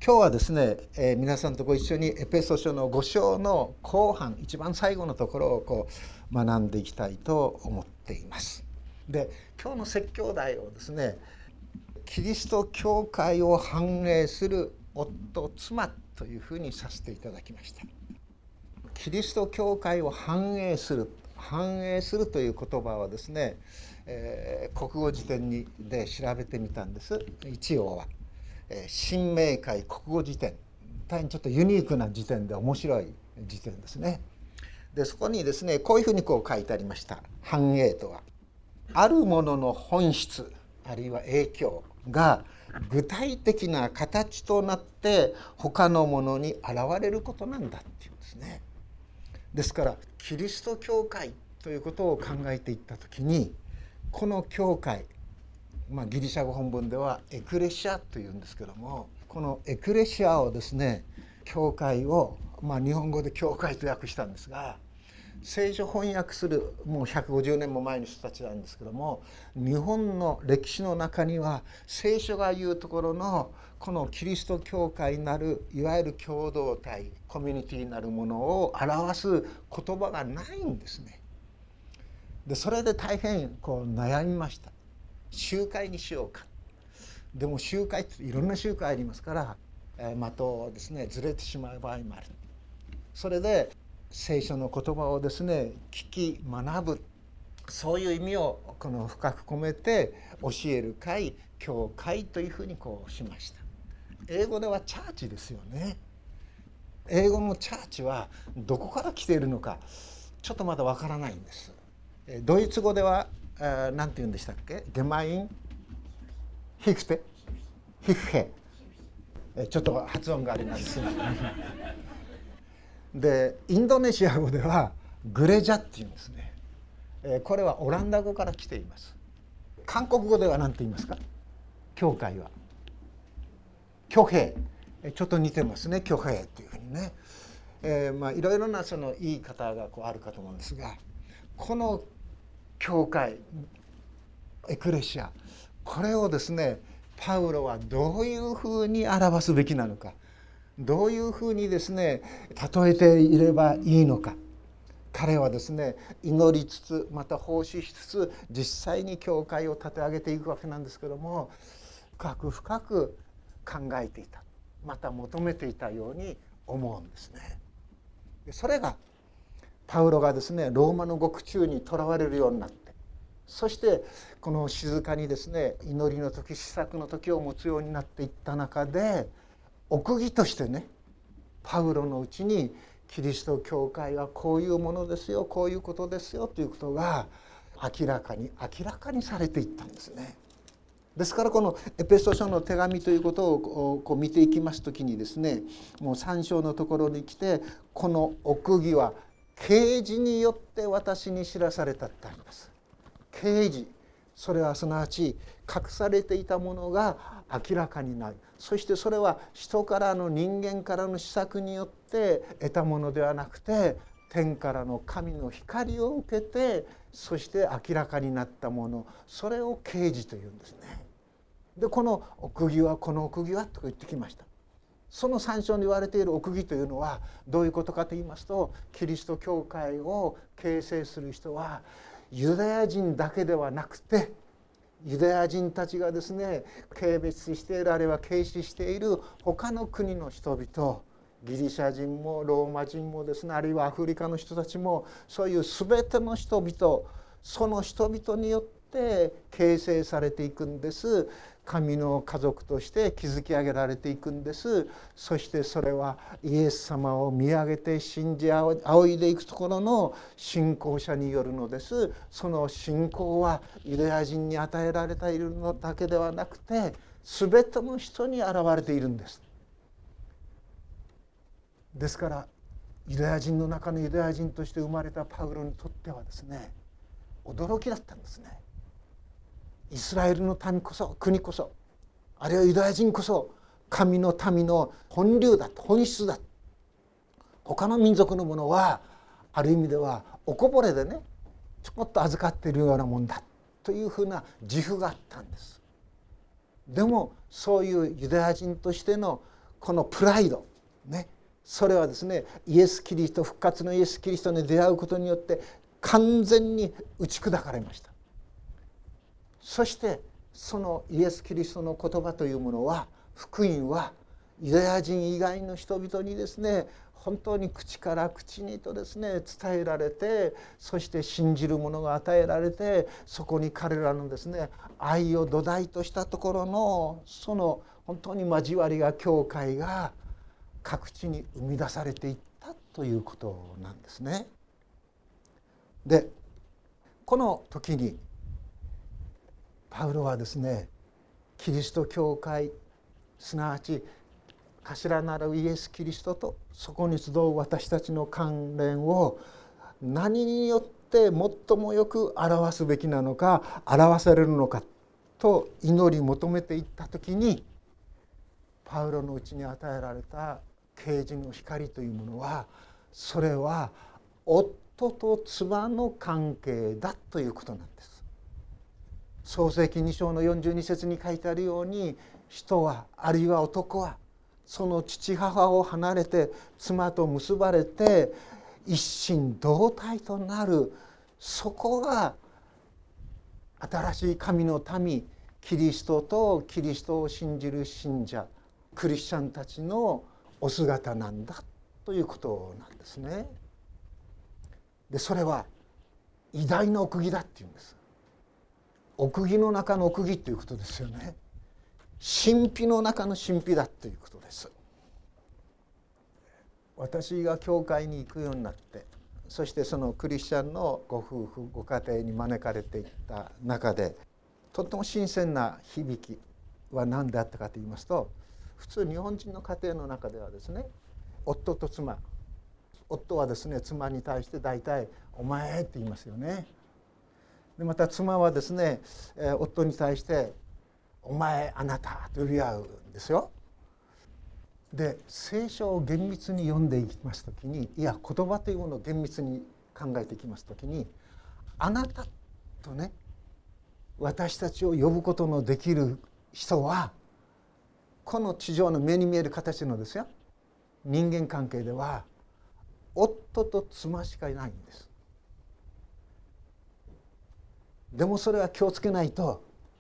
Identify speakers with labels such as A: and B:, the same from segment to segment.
A: 今日はですね、皆さんとご一緒にエペソ書の5章の後半、一番最後のところを学んでいきたいと思っています。で、今日の説教題をですね、キリスト教会を反映する夫妻というふうにさせていただきました。キリスト教会を反映するという言葉はですね、国語辞典で調べてみたんです。一応は新明解国語辞典、大変ちょっとユニークな辞典で面白い辞典ですね。でそこにですね、こういうふうに書いてありました。反映とはあるものの本質あるいは影響が具体的な形となって他のものに現れることなんだっていうんですね。ですからキリスト教会ということを考えていった時に、この教会、ギリシャ語本文ではエクレシアというんですけども、このエクレシアをですね、教会を、日本語で教会と訳したんですが、聖書翻訳するもう150年も前の人たちなんですけども、日本の歴史の中には聖書が言うところのこのキリスト教会なるいわゆる共同体コミュニティなるものを表す言葉がないんですね。でそれで大変悩みました。集会にしようか。でも集会っていろんな集会ありますから、的をですねずれてしまう場合もある。それで聖書の言葉をですね聞き学ぶ、そういう意味を深く込めて教える会、教会というふうにしました。英語ではチャーチですよね。英語のチャーチはどこから来ているのかちょっとまだわからないんです。ドイツ語では何て言うんでしたっけ？ゲマインヒフテヒフヘ、ちょっと発音があります。でインドネシア語ではグレジャっていうんですね。これはオランダ語から来ています。韓国語では何て言いますか？教会は挙兵、ちょっと似てますね、挙兵っていうふうにね。いろいろなその言い方があるかと思うんですが、この教会エクレシア、これをですねパウロはどういうふうに表すべきなのか、どういうふうにですね例えていればいいのか、彼はですね祈りつつまた奉仕しつつ実際に教会を立て上げていくわけなんですけども、深く深く考えていた、また求めていたように思うんですね。でそれがパウロがですねローマの獄中にとらわれるようになって、そしてこの静かにですね祈りの時、思索の時を持つようになっていった中で、奥義としてねパウロのうちにキリスト教会はこういうものですよ、こういうことですよということが明らかにされていったんですね。ですからこのエペソ書の手紙ということを見ていきますときにですね、もう3章のところに来て、この奥義は啓示によって私に知らされたってあります。啓示、それはすなわち隠されていたものが明らかになる。そしてそれは人からの、人間からの施策によって得たものではなくて、天からの神の光を受けて、そして明らかになったもの、それを啓示というんですね。でこの奥義はと言ってきました。その3章に言われている奥義というのはどういうことかと言いますと、キリスト教会を形成する人はユダヤ人だけではなくて、ユダヤ人たちがですね軽蔑している、あるいは軽視している他の国の人々、ギリシャ人もローマ人もですね、あるいはアフリカの人たちも、そういう全ての人々、その人々によって形成されていくんです。神の家族として築き上げられていくんです。そしてそれはイエス様を見上げて信じ仰いでいくところの信仰者によるのです。その信仰はユダヤ人に与えられているのだけではなくて、全ての人に現れているんです。ですからユダヤ人の中のユダヤ人として生まれたパウロにとってはですね、驚きだったんですね。イスラエルの民こそ、国こそ、あるいはユダヤ人こそ神の民の本流だ、本質だ。他の民族のものはある意味ではおこぼれでねちょこっと預かっているようなもんだというふうな自負があったんです。でもそういうユダヤ人としてのこのプライドね、それはですねイエス・キリスト、復活のイエス・キリストに出会うことによって完全に打ち砕かれました。そしてそのイエス・キリストの言葉というものは、福音はユダヤ人以外の人々にですね本当に口から口にとですね伝えられて、そして信じる者が与えられて、そこに彼らのですね愛を土台としたところのその本当に交わりが、教会が各地に生み出されていったということなんですね。でこの時にパウロはですねキリスト教会、すなわち頭なるイエス・キリストとそこに集う私たちの関連を何によって最もよく表すべきなのか、表されるのかと祈り求めていった時に、パウロのうちに与えられた啓示の光というものは、それは夫と妻の関係だということなんです。創世記2章の42節に書いてあるように、人はあるいは男はその父母を離れて妻と結ばれて一心同体となる、そこが新しい神の民キリストとキリストを信じる信者クリスチャンたちのお姿なんだということなんですね。でそれは偉大な奥義だっていうんです。奥義の中の奥義ということですよね。神秘の中の神秘だということです。私が教会に行くようになって、そしてそのクリスチャンのご夫婦ご家庭に招かれていった中で、とっても新鮮な響きは何であったかと言いますと、普通日本人の家庭の中ではですね、夫と妻、夫はですね妻に対して大体「お前」って言いますよね。でまた妻はですね夫に対して「お前、あなた」と呼び合うんですよ。で聖書を厳密に読んでいきますときに、いや言葉というものを厳密に考えていきますときに、あなたとね私たちを呼ぶことのできる人は、この地上の目に見える形のですよ人間関係では夫と妻しかいないんです。でもそれは気をつけないと、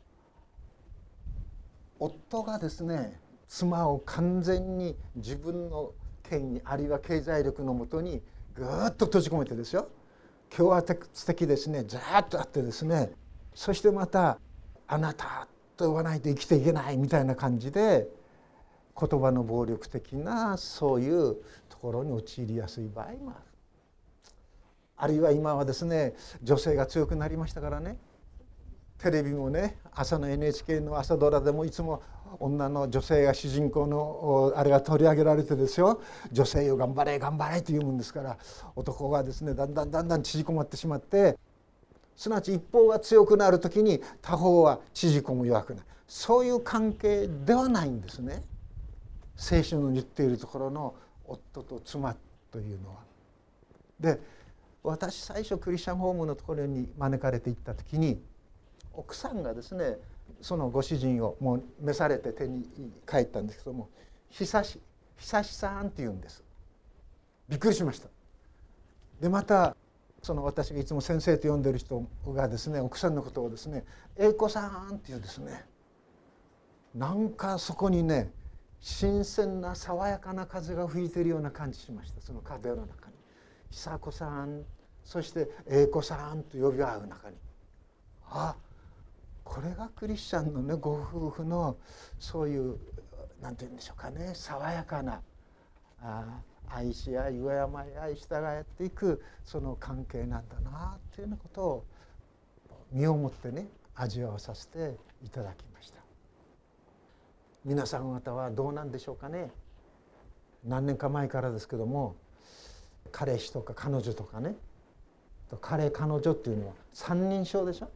A: 夫がですね妻を完全に自分の権威あるいは経済力のもとにぐーっと閉じ込めてですよ、共和的ですねずーっとあってですね、そしてまた「あなた」と呼ばないと生きていけないみたいな感じで、言葉の暴力的なそういうところに陥りやすい場合もある。あるいは今はですね女性が強くなりましたからね、テレビもね朝の NHK の朝ドラでもいつも女の女性が主人公のあれが取り上げられてですよ、女性よ頑張れ頑張れと言うもんですから、男がですねだんだん縮こまってしまって、すなわち一方が強くなる時に他方は縮こむ弱くなる、そういう関係ではないんですね、聖書の言っているところの夫と妻というのは。で私最初クリスチャンホームのところに招かれていった時に、奥さんがですねそのご主人をもう召されて手に帰ったんですけども、久しさんって言うんです。びっくりしました。でまたその私がいつも先生と呼んでる人がですね奥さんのことをですね英子さんって言うんですね。なんかそこにね新鮮な爽やかな風が吹いているような感じしました。その壁の中に久子さん、そして英子さんと呼び合う中に、あ、これがクリスチャンのねご夫婦のそういうなんて言うんでしょうかね、爽やかな愛し合い敬い合い従っていくその関係なんだなというようなことを身をもってね味わわさせていただきました。皆さん方はどうなんでしょうかね。何年か前からですけども、彼氏とか彼女とかね、彼彼女っていうのは三人称でしょ。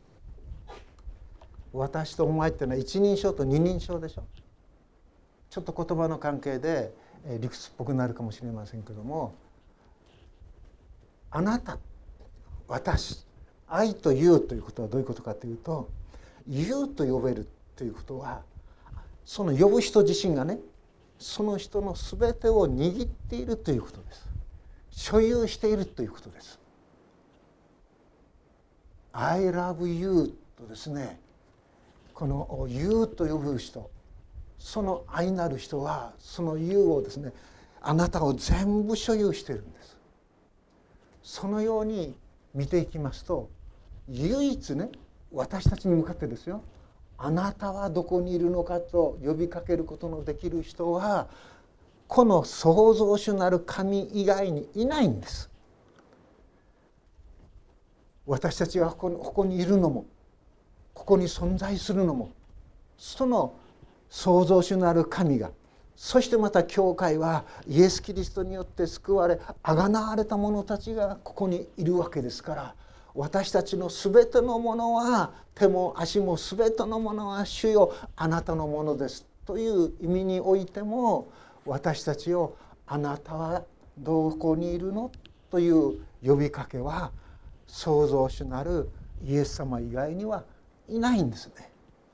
A: 私とお前っていうのは一人称と二人称でしょ。ちょっと言葉の関係で理屈っぽくなるかもしれませんけども、あなた、私、愛というということはどういうことかというと、言うと呼べるということはその呼ぶ人自身がねその人の全てを握っているということです。所有しているということです。I love you とですね、この you と呼ぶ人、その愛なる人はその you をですね、あなたを全部所有しているんです。そのように見ていきますと、唯一ね、私たちに向かってですよ、あなたはどこにいるのかと呼びかけることのできる人はこの創造主なる神以外にいないんです。私たちがここにいるのも、ここに存在するのも、その創造主なる神が、そしてまた教会はイエス・キリストによって救われ贖われた者たちがここにいるわけですから、私たちのすべてのものは、手も足もすべてのものは主よあなたのものですという意味においても、私たちをあなたはどこにいるのという呼びかけは創造主なるイエス様以外にはいないんですね。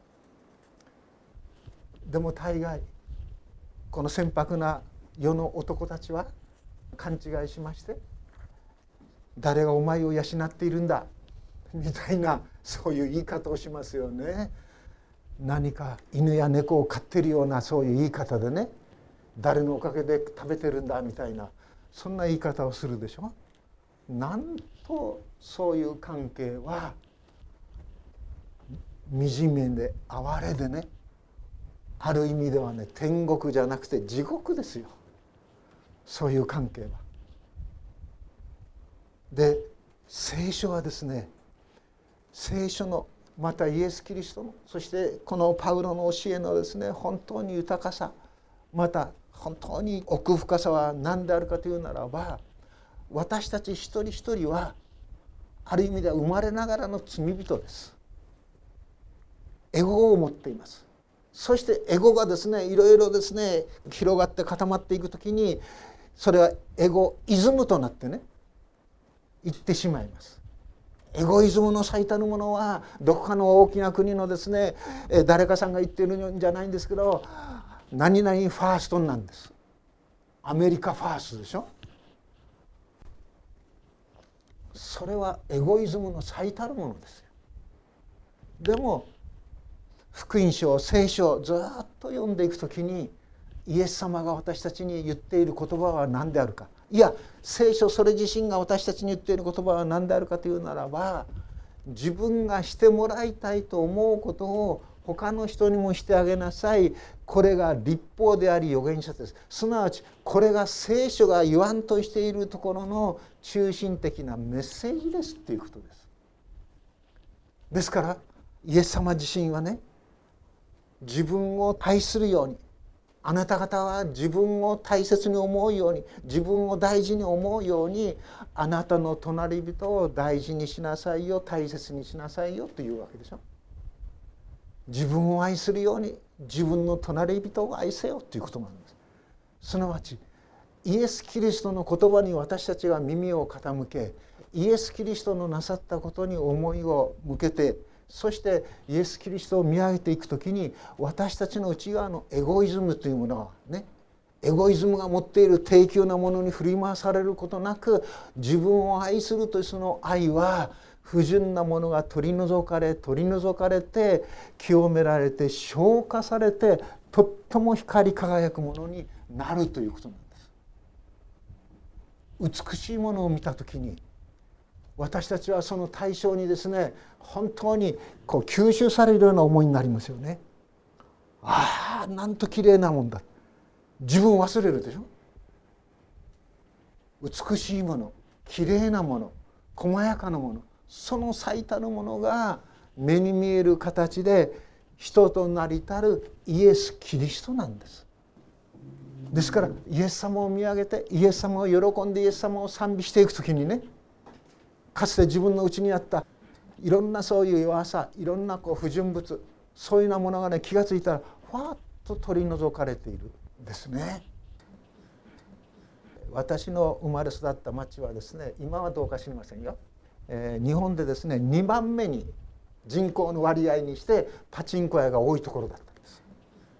A: でも大概この船舶な世の男たちは勘違いしまして、誰がお前を養っているんだみたいな、そういう言い方をしますよね。何か犬や猫を飼っているようなそういう言い方でね、誰のおかげで食べてるんだみたいな、そんな言い方をするでしょ。なんとそういう関係は惨めで哀れでね、ある意味ではね、天国じゃなくて地獄ですよ、そういう関係は。で、聖書はですね、聖書のまたイエス・キリストの、そしてこのパウロの教えのですね、本当に豊かさ、また本当に奥深さは何であるかというならば、私たち一人一人はある意味では生まれながらの罪人です。エゴを持っています。そしてエゴがですね、いろいろですね広がって固まっていくときに、それはエゴイズムとなってねいってしまいます。エゴイズムの最たるものはどこかの大きな国のですね誰かさんが言ってるんじゃないんですけど、何々ファーストなんです。アメリカファーストでしょ。それはエゴイズムの最たるものですよ。でも福音書聖書をずっと読んでいくときに、イエス様が私たちに言っている言葉は何であるか、いや聖書それ自身が私たちに言っている言葉は何であるかというならば、自分がしてもらいたいと思うことを他の人にもしてあげなさい。これが律法であり預言者です。すなわちこれが聖書が言わんとしているところの中心的なメッセージですっていうことです。ですからイエス様自身はね、自分を愛するように、あなた方は自分を大切に思うように、自分を大事に思うように、あなたの隣人を大事にしなさいよ、大切にしなさいよというわけでしょ。自分を愛するように自分の隣人を愛せよということなんです。すなわちイエス・キリストの言葉に私たちが耳を傾け、イエス・キリストのなさったことに思いを向けて、そしてイエス・キリストを見上げていくときに、私たちの内側のエゴイズムというものはね、エゴイズムが持っている低級なものに振り回されることなく、自分を愛するというその愛は不純なものが取り除かれて清められて消化されて、とっても光り輝くものになるということなんです。美しいものを見たときに、私たちはその対象にですね、本当にこう吸収されるような思いになりますよね。ああ、なんと綺麗なもんだ。自分を忘れるでしょ。美しいもの、綺麗なもの、細やかなもの、その最たるものが目に見える形で人となりたるイエス・キリストなんです。ですからイエス様を見上げて、イエス様を喜んでイエス様を賛美していくときにね、かつて自分の内にあったいろんなそういう弱さ、いろんな不純物、そういうようなものがね、気がついたらふわっと取り除かれているんですね。私の生まれ育った町はですね、今はどうか知りませんよ、日本でですね2番目に人口の割合にしてパチンコ屋が多いところだったんです。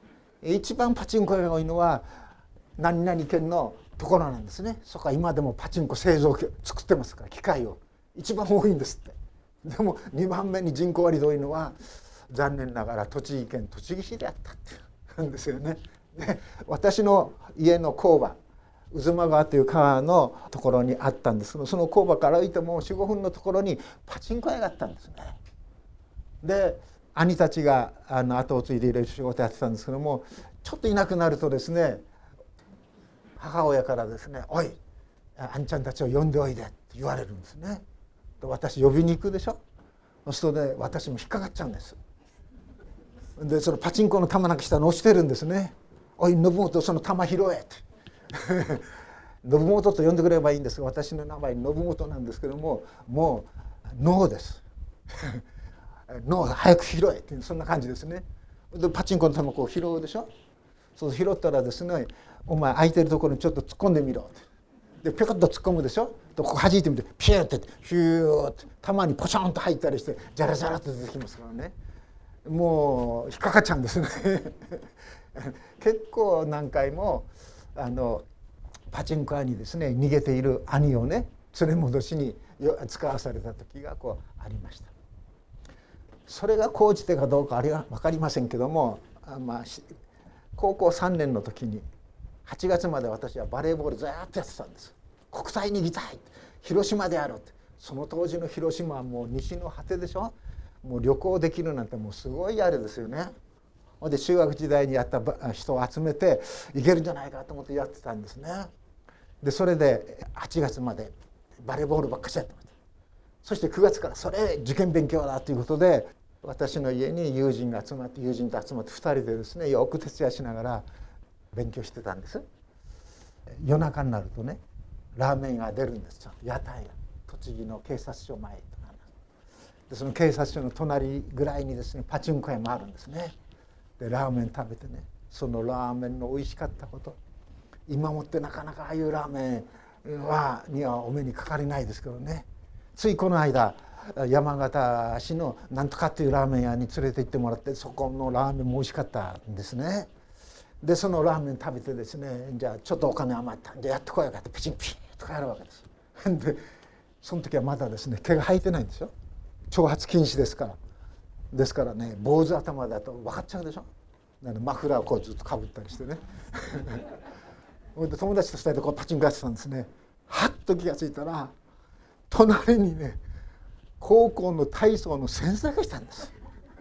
A: 一番パチンコ屋が多いのは何々県のところなんですね。そこは今でもパチンコ製造機作ってますから、機械を一番多いんですって。でも2番目に人口割多いのは残念ながら栃木県栃木市であったって言うんですよね。で私の家の工場渦間川という川のところにあったんですけど、その工場から歩いても4、5分のところにパチンコ屋があったんですね。で兄たちが後を継いでいろいろ仕事やってたんですけども、ちょっといなくなるとですね、母親からですね「おいあんちゃんたちを呼んでおいで」って言われるんですね。で私呼びに行くでしょ。そうするとね、私も引っかかっちゃうんです。でそのパチンコの玉なんか下に落ちてるんですね。「おい信元その玉拾え」って信元と呼んでくればいいんですが、私の名前信元なんですけども、もうノーですノー早く拾えってそんな感じですね。でパチンコの玉こう拾うでしょ。そう拾ったらですね「お前空いてるところにちょっと突っ込んでみろ」ってでピョコッと突っ込むでしょ。でここ弾いてみてピューってヒューって玉にポチョンと入ったりしてジャラジャラと出てきますからね、もう引っかかっちゃうんですね結構何回もパチンコ屋にですね逃げている兄をね連れ戻しに使わされた時がこうありました。それが高じてかどうか分かりませんけども、高校3年の時に8月まで私はバレーボールずっとやってたんです。国体に行きたい、広島であるって。その当時の広島はもう西の果てでしょ。もう旅行できるなんてもうすごいあれですよね。で中学時代にやった人を集めていけるんじゃないかと思ってやってたんですね。でそれで8月までバレーボールばっかしやってました。そして9月からそれ受験勉強だということで私の家に友人と集まって2人でですねよく徹夜しながら勉強してたんです。夜中になるとねラーメンが出るんですよ、屋台が。栃木の警察署前とかでその警察署の隣ぐらいにですねパチンコ屋もあるんですね。でラーメン食べてね、そのラーメンの美味しかったこと、今もってなかなかああいうラーメンにはお目にかかれないですけどね。ついこの間山形市のなんとかっていうラーメン屋に連れて行ってもらって、そこのラーメンも美味しかったんですね。でそのラーメン食べてですね、じゃあちょっとお金余ったんでやってこようかってピチンピンとかやるわけです。でその時はまだですね毛が生えてないんですよ。長髪禁止ですから。ですからね坊主頭だと分かっちゃうでしょ。マフラーをこうずっとかぶったりしてねで友達と2人でこうパチンコやってたんですね。はっと気が付いたら隣にね高校の体操の先生がいたんです。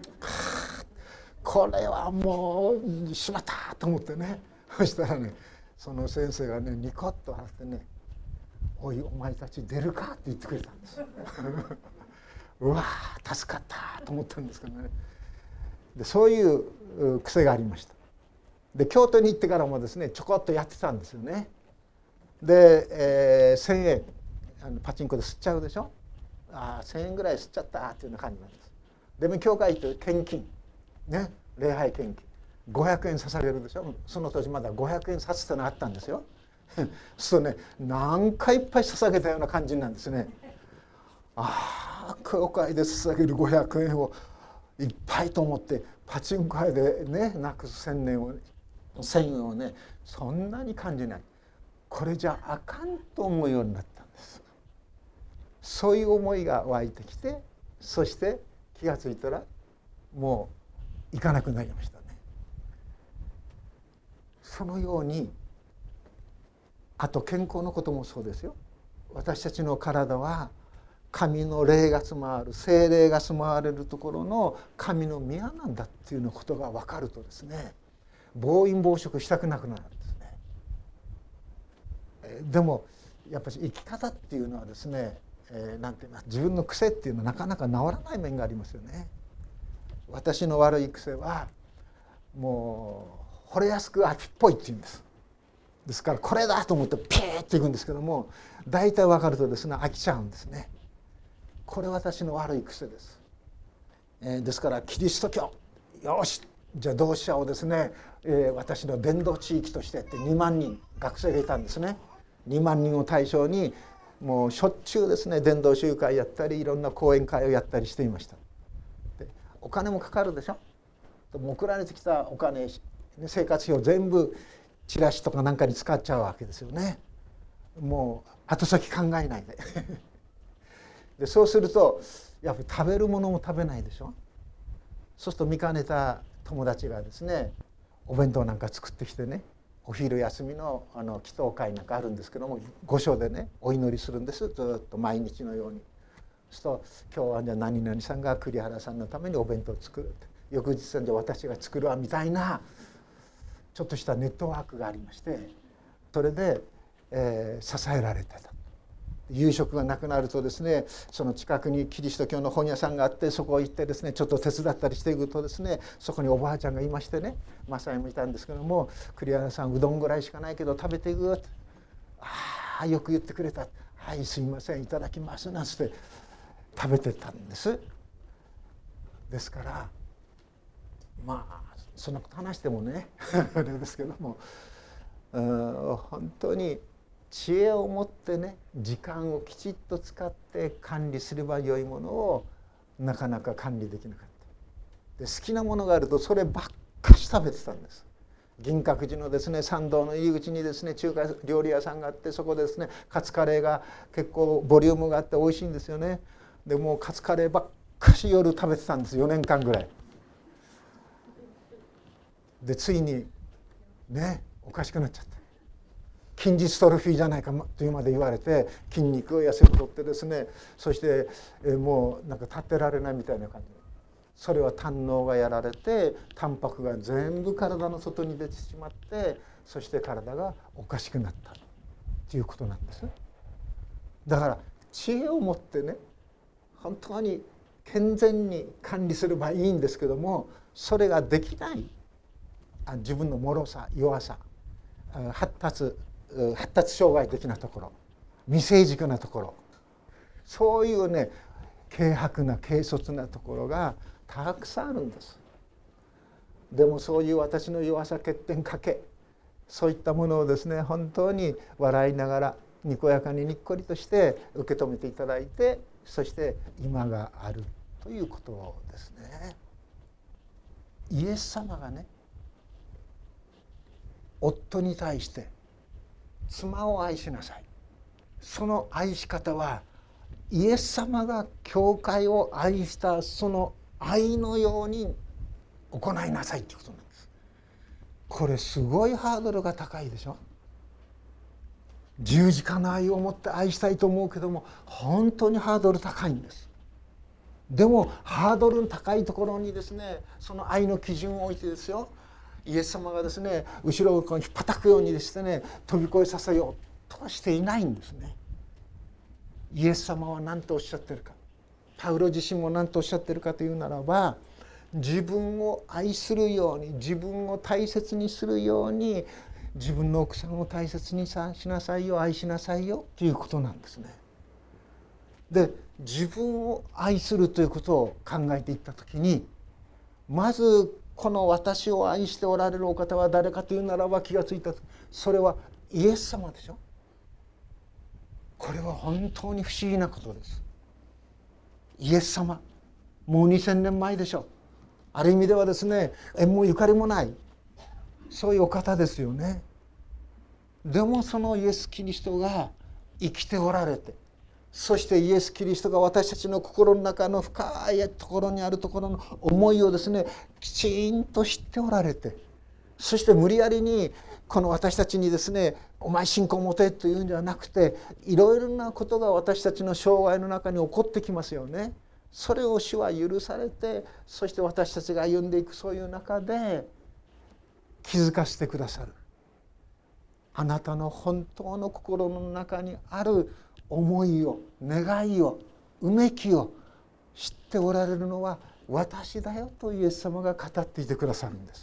A: これはもうしまったと思ってね、そしたらねその先生がねニコッと笑ってね「おいお前たち出るか?」って言ってくれたんですうわー助かったと思ったんですけどね。でそういう癖がありました。で京都に行ってからもですねちょこっとやってたんですよね。で、1,000円パチンコで吸っちゃうでしょ。1,000円ぐらい吸っちゃったっていうような感じなんです。でも教会行って献金ね、礼拝献金500円捧げるでしょ。その当時まだ500円札ってのがあったんですよそうね何回いっぱい捧げたような感じなんですね。教会で捧げる500円をいっぱいと思ってパチンコ屋でねなくす1,000円をねそんなに感じない。これじゃあかんと思うようになったんです。そういう思いが湧いてきて、そして気が付いたらもう行かなくなりましたね。そのようにあと健康のこともそうですよ。私たちの体は神の霊が住まわる、聖霊が住まわれるところの神の宮なんだっていうのことが分かるとですね暴飲暴食したくなくなるんですね。でもやっぱり生き方っていうのはですね、なんて言います、自分の癖っていうのはなかなか治らない面がありますよね。私の悪い癖はもう惚れやすく秋っぽいっていうんです。ですからこれだと思ってピーッといくんですけども、大体分かるとですね飽きちゃうんですね。これ私の悪い癖です。ですからキリスト教よしじゃあ同志社をですね、私の伝道地域としてって2万人学生がいたんですね。2万人を対象にもうしょっちゅうですね伝道集会やったりいろんな講演会をやったりしていました。でお金もかかるでしょ。送られてきたお金生活費を全部チラシとかなんかに使っちゃうわけですよね。もう後先考えないででそうするとやっぱり食べるものも食べないでしょ。そうすると見かねた友達がですねお弁当なんか作ってきてね、お昼休みの祈祷会なんかあるんですけども、御所でねお祈りするんです、ずっと毎日のように。そうすると今日はじゃあ何々さんが栗原さんのためにお弁当を作るって、翌日じゃあ私が作るわみたいなちょっとしたネットワークがありまして、それで、支えられてた。夕食がなくなるとですね、その近くにキリスト教の本屋さんがあって、そこ行ってですねちょっと手伝ったりしていくとですね、そこにおばあちゃんがいましてね、マサイもいたんですけども「栗原さんうどんぐらいしかないけど食べていく」って「ああよく言ってくれた」「はいすいませんいただきます」なんつって食べてたんです。ですからまあそんなこと話してもねあれですけども、本当に知恵を持ってね時間をきちっと使って管理すればよいものをなかなか管理できなかった。で好きなものがあるとそればっかし食べてたんです。銀閣寺のですね参道の入り口にですね中華料理屋さんがあって、そこでですねカツカレーが結構ボリュームがあって美味しいんですよね。でもうカツカレーばっかし夜食べてたんです、4年間ぐらい。でついにねおかしくなっちゃった。筋ジストロフィーじゃないかというまで言われて、筋肉を痩せ太ってですね、そしてもうなんか立ってられないみたいな感じ。それは胆のうがやられてタンパクが全部体の外に出てしまって、そして体がおかしくなったということなんです。だから知恵を持ってね本当に健全に管理すればいいんですけども、それができない自分の脆さ弱さ、発達障害的なところ、未成熟なところ、そういうね軽薄な軽率なところがたくさんあるんです。でもそういう私の弱さ欠点欠け、そういったものをですね本当に笑いながらにこやかににっこりとして受け止めていただいて、そして今があるということですね。イエス様がね夫に対して妻を愛しなさい、その愛し方はイエス様が教会を愛したその愛のように行いなさいということなんです。これすごいハードルが高いでしょ。十字架の愛を持って愛したいと思うけども本当にハードル高いんです。でもハードルの高いところにですねその愛の基準を置いてですよ、イエス様がですね後ろをこうひっぱたくようにですね飛び越えさせようとはしていないんですね。イエス様は何とおっしゃってるか、パウロ自身も何とおっしゃってるかというならば、自分を愛するように自分を大切にするように自分の奥さんを大切にしなさいよ、愛しなさいよということなんですね。で自分を愛するということを考えていった時に、まずこの私を愛しておられるお方は誰かというならば気がついた、それはイエス様でしょ。これは本当に不思議なことです。イエス様、もう2000年前でしょ。ある意味ではですね縁もゆかりもないそういうお方ですよね。でもそのイエス・キリストが生きておられて、そしてイエス・キリストが私たちの心の中の深いところにあるところの思いをですねきちんと知っておられて、そして無理やりにこの私たちにですねお前信仰を持てというんじゃなくて、いろいろなことが私たちの生涯の中に起こってきますよね。それを主は許されて、そして私たちが歩んでいくそういう中で気づかせてくださる。あなたの本当の心の中にある思いを、願いを、うめきを知っておられるのは私だよとイエス様が語っていてくださるんです。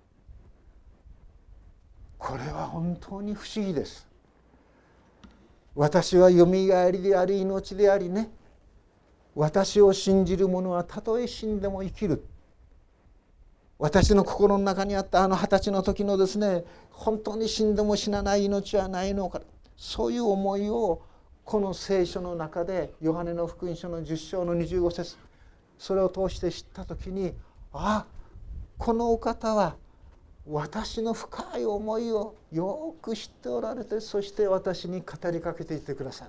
A: これは本当に不思議です。私はよみがえりであり命でありね、私を信じる者はたとえ死んでも生きる。私の心の中にあった20歳の時のですね本当に死んでも死なない命はないのか、そういう思いをこの聖書の中でヨハネの福音書の10章の25節、それを通して知った時に、あ、このお方は私の深い思いをよく知っておられて、そして私に語りかけていてくださる。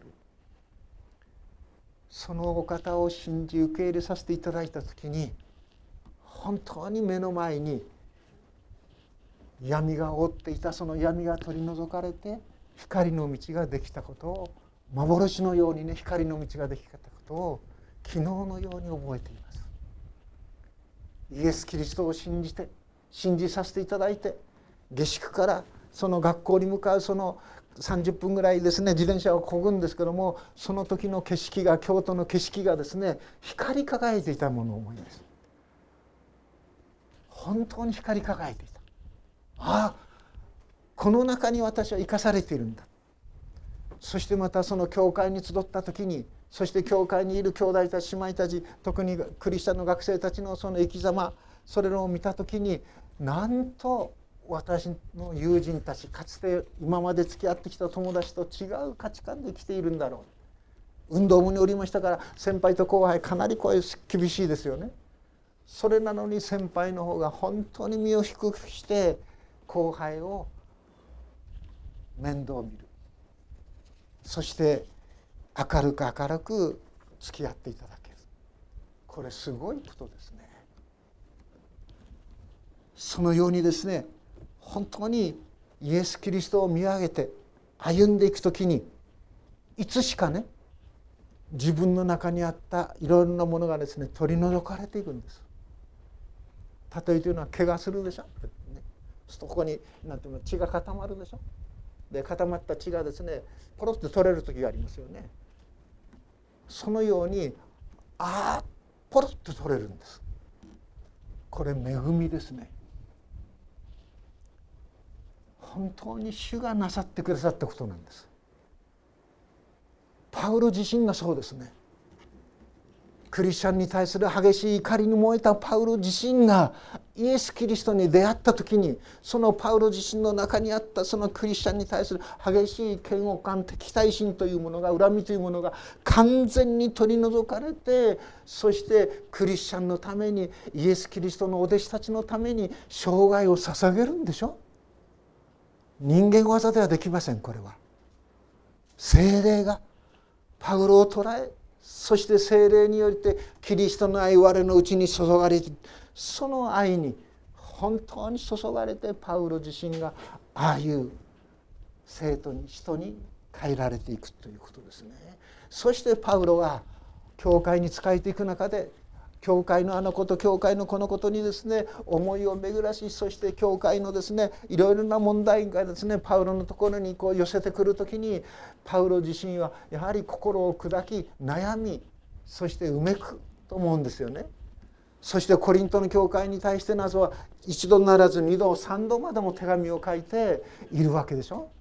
A: そのお方を信じ受け入れさせていただいた時に、本当に目の前に闇が覆っていたその闇が取り除かれて、光の道ができたことを、幻のようにね、光の道ができたことを昨日のように覚えています。イエス・キリストを信じさせていただいて、下宿からその学校に向かうその30分ぐらいですね、自転車を漕ぐんですけども、その時の景色が、京都の景色がですね、光り輝いていたものを思います。本当に光り輝いていた。ああ、この中に私は生かされているんだ。そしてまたその教会に集った時に、そして教会にいる兄弟たち姉妹たち、特にクリスチャンの学生たちのその生き様、それらを見た時に、なんと私の友人たち、かつて今まで付き合ってきた友達と違う価値観で生きているんだろう。運動部におりましたから、先輩と後輩かなり声厳しいですよね。それなのに先輩の方が本当に身を低くして後輩を面倒見る。そして明るく付き合っていただける。これすごいことですね。そのようにですね、本当にイエス・キリストを見上げて歩んでいくときに、いつしかね、自分の中にあったいろいろなものがですね、取り除かれていくんです。例えというのは怪我するでしょ、ね、そこになんていうの、血が固まるでしょ。で固まった血がですね、ポロッと取れる時がありますよね。そのようにポロッと取れるんです。これ恵みですね。本当に主がなさってくださったことなんです。パウロ自身がそうですね。クリスチャンに対する激しい怒りに燃えたパウロ自身がイエス・キリストに出会った時に、そのパウロ自身の中にあったそのクリスチャンに対する激しい嫌悪感、敵対心というものが、恨みというものが完全に取り除かれて、そしてクリスチャンのために、イエス・キリストのお弟子たちのために生涯を捧げるんでしょ。人間技ではできません。これは聖霊がパウロを捉え、そして聖霊によってキリストの愛、我のうちに注がれて、その愛に本当に注がれて、パウロ自身がああいう生徒に、人に変えられていくということですね。そしてパウロは教会に仕えていく中で、教会のあのこと教会のこのことにですね、思いを巡らし、そして教会のですね、いろいろな問題がですね、パウロのところにこう寄せてくるときに、パウロ自身はやはり心を砕き悩み、そしてうめくと思うんですよね。そしてコリントの教会に対してなぞは一度ならず二度三度までも手紙を書いているわけでしょ。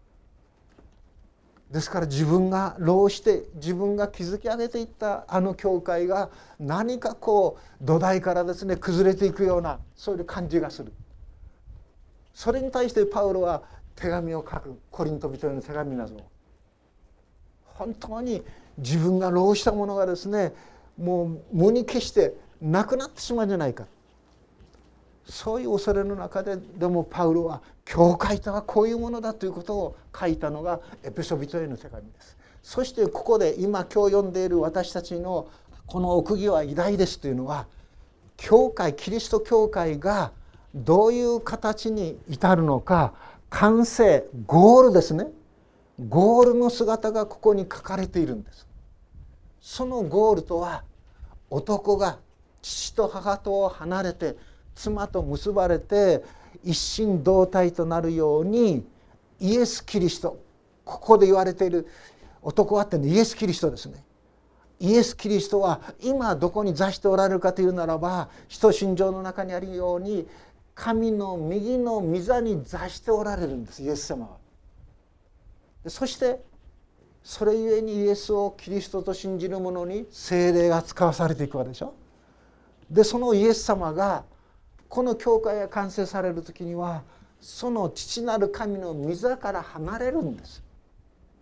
A: ですから自分が労して自分が築き上げていったあの教会が何かこう土台からですね崩れていくような、そういう感じがする。それに対してパウロは手紙を書く、コリント人への手紙など本当に自分が労したものがですね、もう無に消してなくなってしまうんじゃないか、そういう恐れの中で、でもパウロは教会とはこういうものだということを書いたのがエペソビトへの手紙です。そしてここで今日読んでいる私たちのこの奥義は偉大ですというのは、教会、キリスト教会がどういう形に至るのか、完成、ゴールですね、ゴールの姿がここに書かれているんです。そのゴールとは、男が父と母とを離れて妻と結ばれて一心同体となるように、イエス・キリスト、ここで言われている男はってのはイエス・キリストですね。イエス・キリストは今どこに座しておられるかというならば、使徒信条の中にあるように神の右の御座に座しておられるんです、イエス様は。そしてそれゆえにイエスをキリストと信じる者に聖霊が使わされていくわけでしょ。でそのイエス様がこの教会が完成される時には、その父なる神の御座から離れるんです。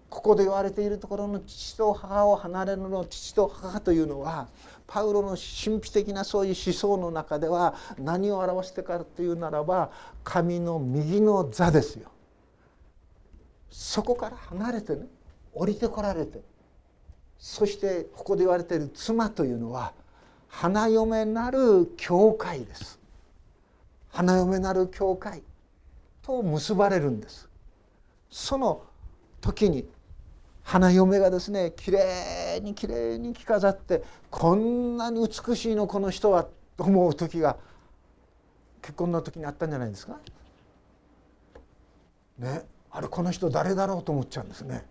A: ここで言われているところの父と母を離れるの父と母というのはパウロの神秘的なそういう思想の中では何を表してかというならば神の右の座ですよ。そこから離れてね降りてこられて、そしてここで言われている妻というのは花嫁なる教会です。花嫁なる教会と結ばれるんです。その時に花嫁がですねきれいにきれいに着飾ってこんなに美しいのこの人はと思う時が結婚の時にあったんじゃないですかね。あれこの人誰だろうと思っちゃうんですね。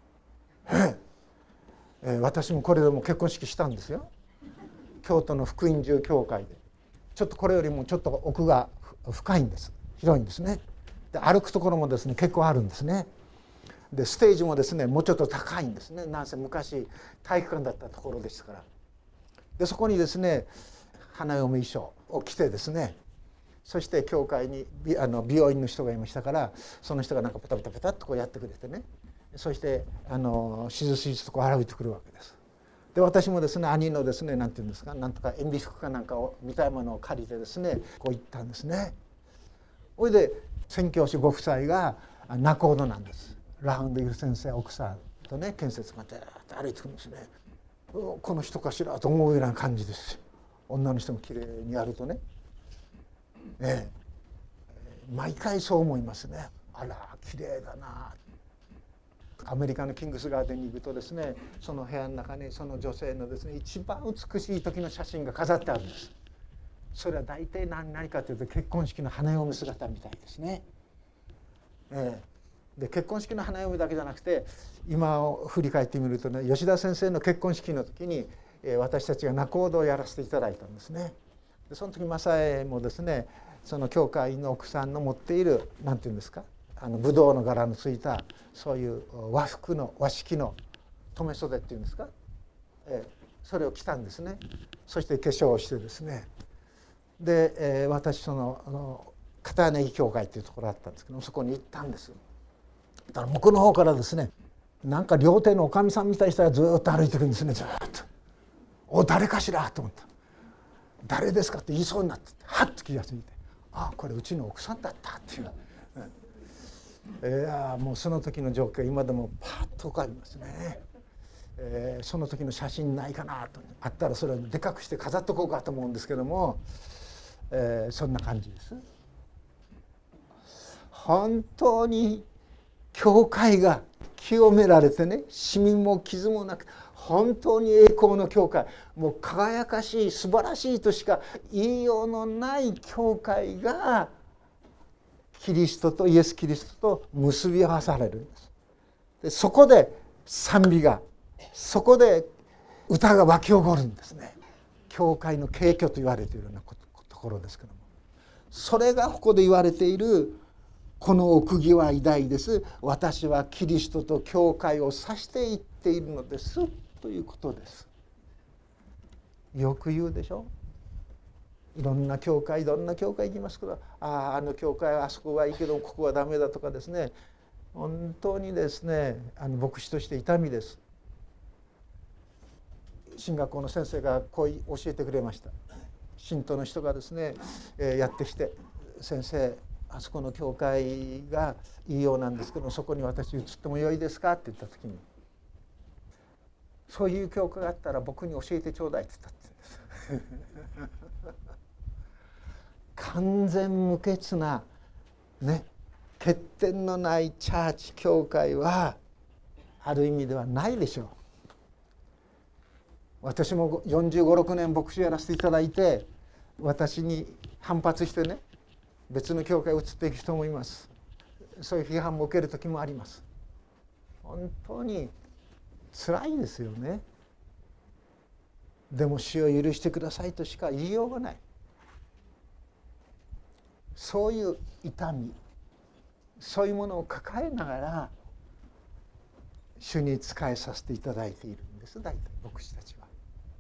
A: 私もこれでも結婚式したんですよ。京都の福音寺教会で。ちょっとこれよりもちょっと奥が深いんです。広いんですね。で歩くところもですね結構あるんですね。でステージもですねもうちょっと高いんですね。なんせ昔体育館だったところでしたから。でそこにですね花嫁衣装を着てですね、そして教会に美容院の人がいましたから、その人がなんかペタペタペタっとこうやってくれてね、そしてしずしずとこう歩いてくるわけです。で私もですね兄のですねなんていうんですか、なんとか塩ビ服かなんかをみたいなものを借りてですねこう行ったんですね。それで宣教師ご夫妻が仲人なんです。ラウンドイル先生奥さんとね建設まで歩いてくるんですね。この人かしらと思うような感じです。女の人もきれいにやるとね、毎回そう思いますね。あらきれいだな。アメリカのキングスガーデンに行くとですね、その部屋の中にその女性のですね一番美しい時の写真が飾ってあるんです。それは大体何かというと結婚式の花嫁姿みたいですね。で結婚式の花嫁だけじゃなくて今を振り返ってみるとね、吉田先生の結婚式の時に私たちが仲人をやらせていただいたんですね。でその時正恵もですねその教会の奥さんの持っているなんていうんですかぶどうの柄のついたそういう和服の和式の留め袖っていうんですか、それを着たんですね。そして化粧をしてですね、で、私その片柳教会っていうところだったんですけどそこに行ったんです。だから向こうの方からですねなんか料亭のおかみさんみたいな人がずっと歩いてるんですね。ずっと「お誰かしら?」と思った「誰ですか?」って言いそうになってはっと気が付いて「あこれうちの奥さんだった」っていう。いやもうその時の状況今でもパッと浮かびますね。その時の写真ないかなとあったらそれをでかくして飾っとこうかと思うんですけども、そんな感じです。本当に教会が清められてねシミも傷もなく本当に栄光の教会、もう輝かしい素晴らしいとしか言いようのない教会がキリストとイエス・キリストと結び合わされるんです。でそこで賛美がそこで歌が湧き起こるんですね。教会の景挙と言われているようなところですけども、それがここで言われているこの奥義は偉大です。私はキリストと教会を指して言っているのですということです。よく言うでしょ。いろんな教会どんな教会行きますけどあの教会はあそこはいいけどここはダメだとかですね、本当にですね牧師として痛みです。神学校の先生がこう教えてくれました。信徒の人がですね、やってきて「先生あそこの教会がいいようなんですけどそこに私移ってもよいですか?」って言った時に「そういう教会があったら僕に教えてちょうだい」って言ったって言うんです。完全無欠なね欠点のないチャーチ教会はある意味ではないでしょう。私も45、6年牧師やらせていただいて私に反発してね別の教会に移っていく人もいます。そういう批判も受ける時もあります。本当に辛いですよね。でも主を許してくださいとしか言いようがない。そういう痛みそういうものを抱えながら主に仕えさせていただいているんです。大体牧師たちは。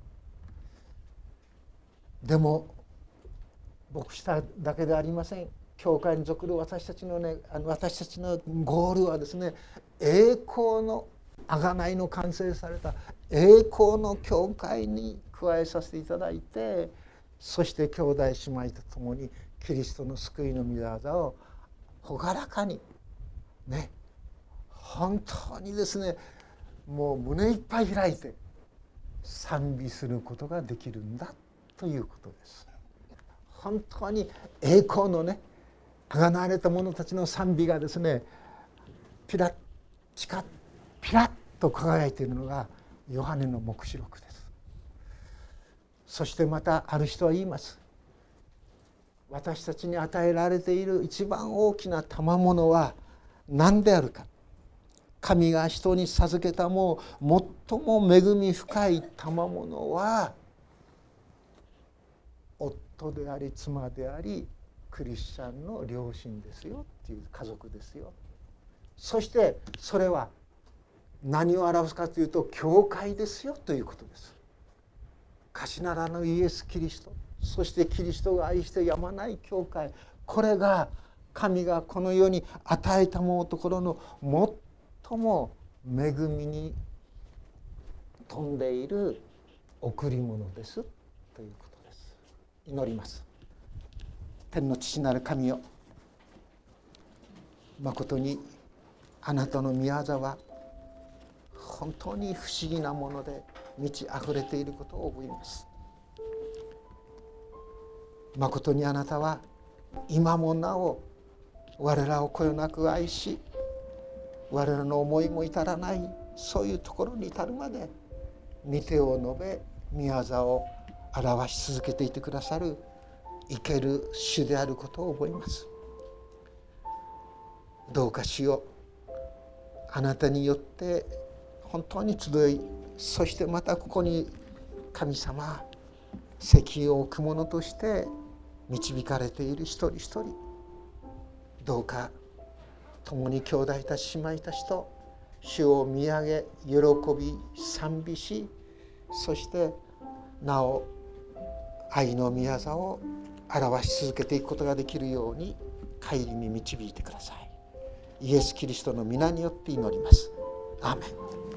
A: でも牧師だけではありません。教会に属る私たちのね私たちのゴールはですね栄光の贖いの完成された栄光の教会に加えさせていただいて、そして兄弟姉妹と共にキリストの救いの御業を朗らかにね、本当にですね、もう胸いっぱい開いて賛美することができるんだということです。本当に栄光のね、贖われた者たちの賛美がですね、ピラッと輝いているのがヨハネの黙示録です。そしてまたある人は言います。私たちに与えられている一番大きな賜物は何であるか。神が人に授けたもう最も恵み深い賜物は夫であり妻でありクリスチャンの両親ですよっていう、家族ですよ。そしてそれは何を表すかというと教会ですよということです。頭ならぬイエス・キリスト、そしてキリストが愛してやまない教会、これが神がこの世に与えたものところの最も恵みに富んでいる贈り物ですということです。祈ります。天の父なる神よ、まことにあなたの御業は本当に不思議なもので満ち溢れていることを覚えます。まことにあなたは今もなお我らをこよなく愛し、我らの思いも至らないそういうところに至るまで御手を述べ御業を表し続けていてくださる生ける主であることを覚えます。どうか主よ、あなたによって本当に集い、そしてまたここに神様席を置く者として導かれている一人一人、どうか共に兄弟たち姉妹たちと主を見上げ喜び賛美し、そしてなお愛の御業を表し続けていくことができるように帰りに導いてください。イエス・キリストの皆によって祈ります。アーメン。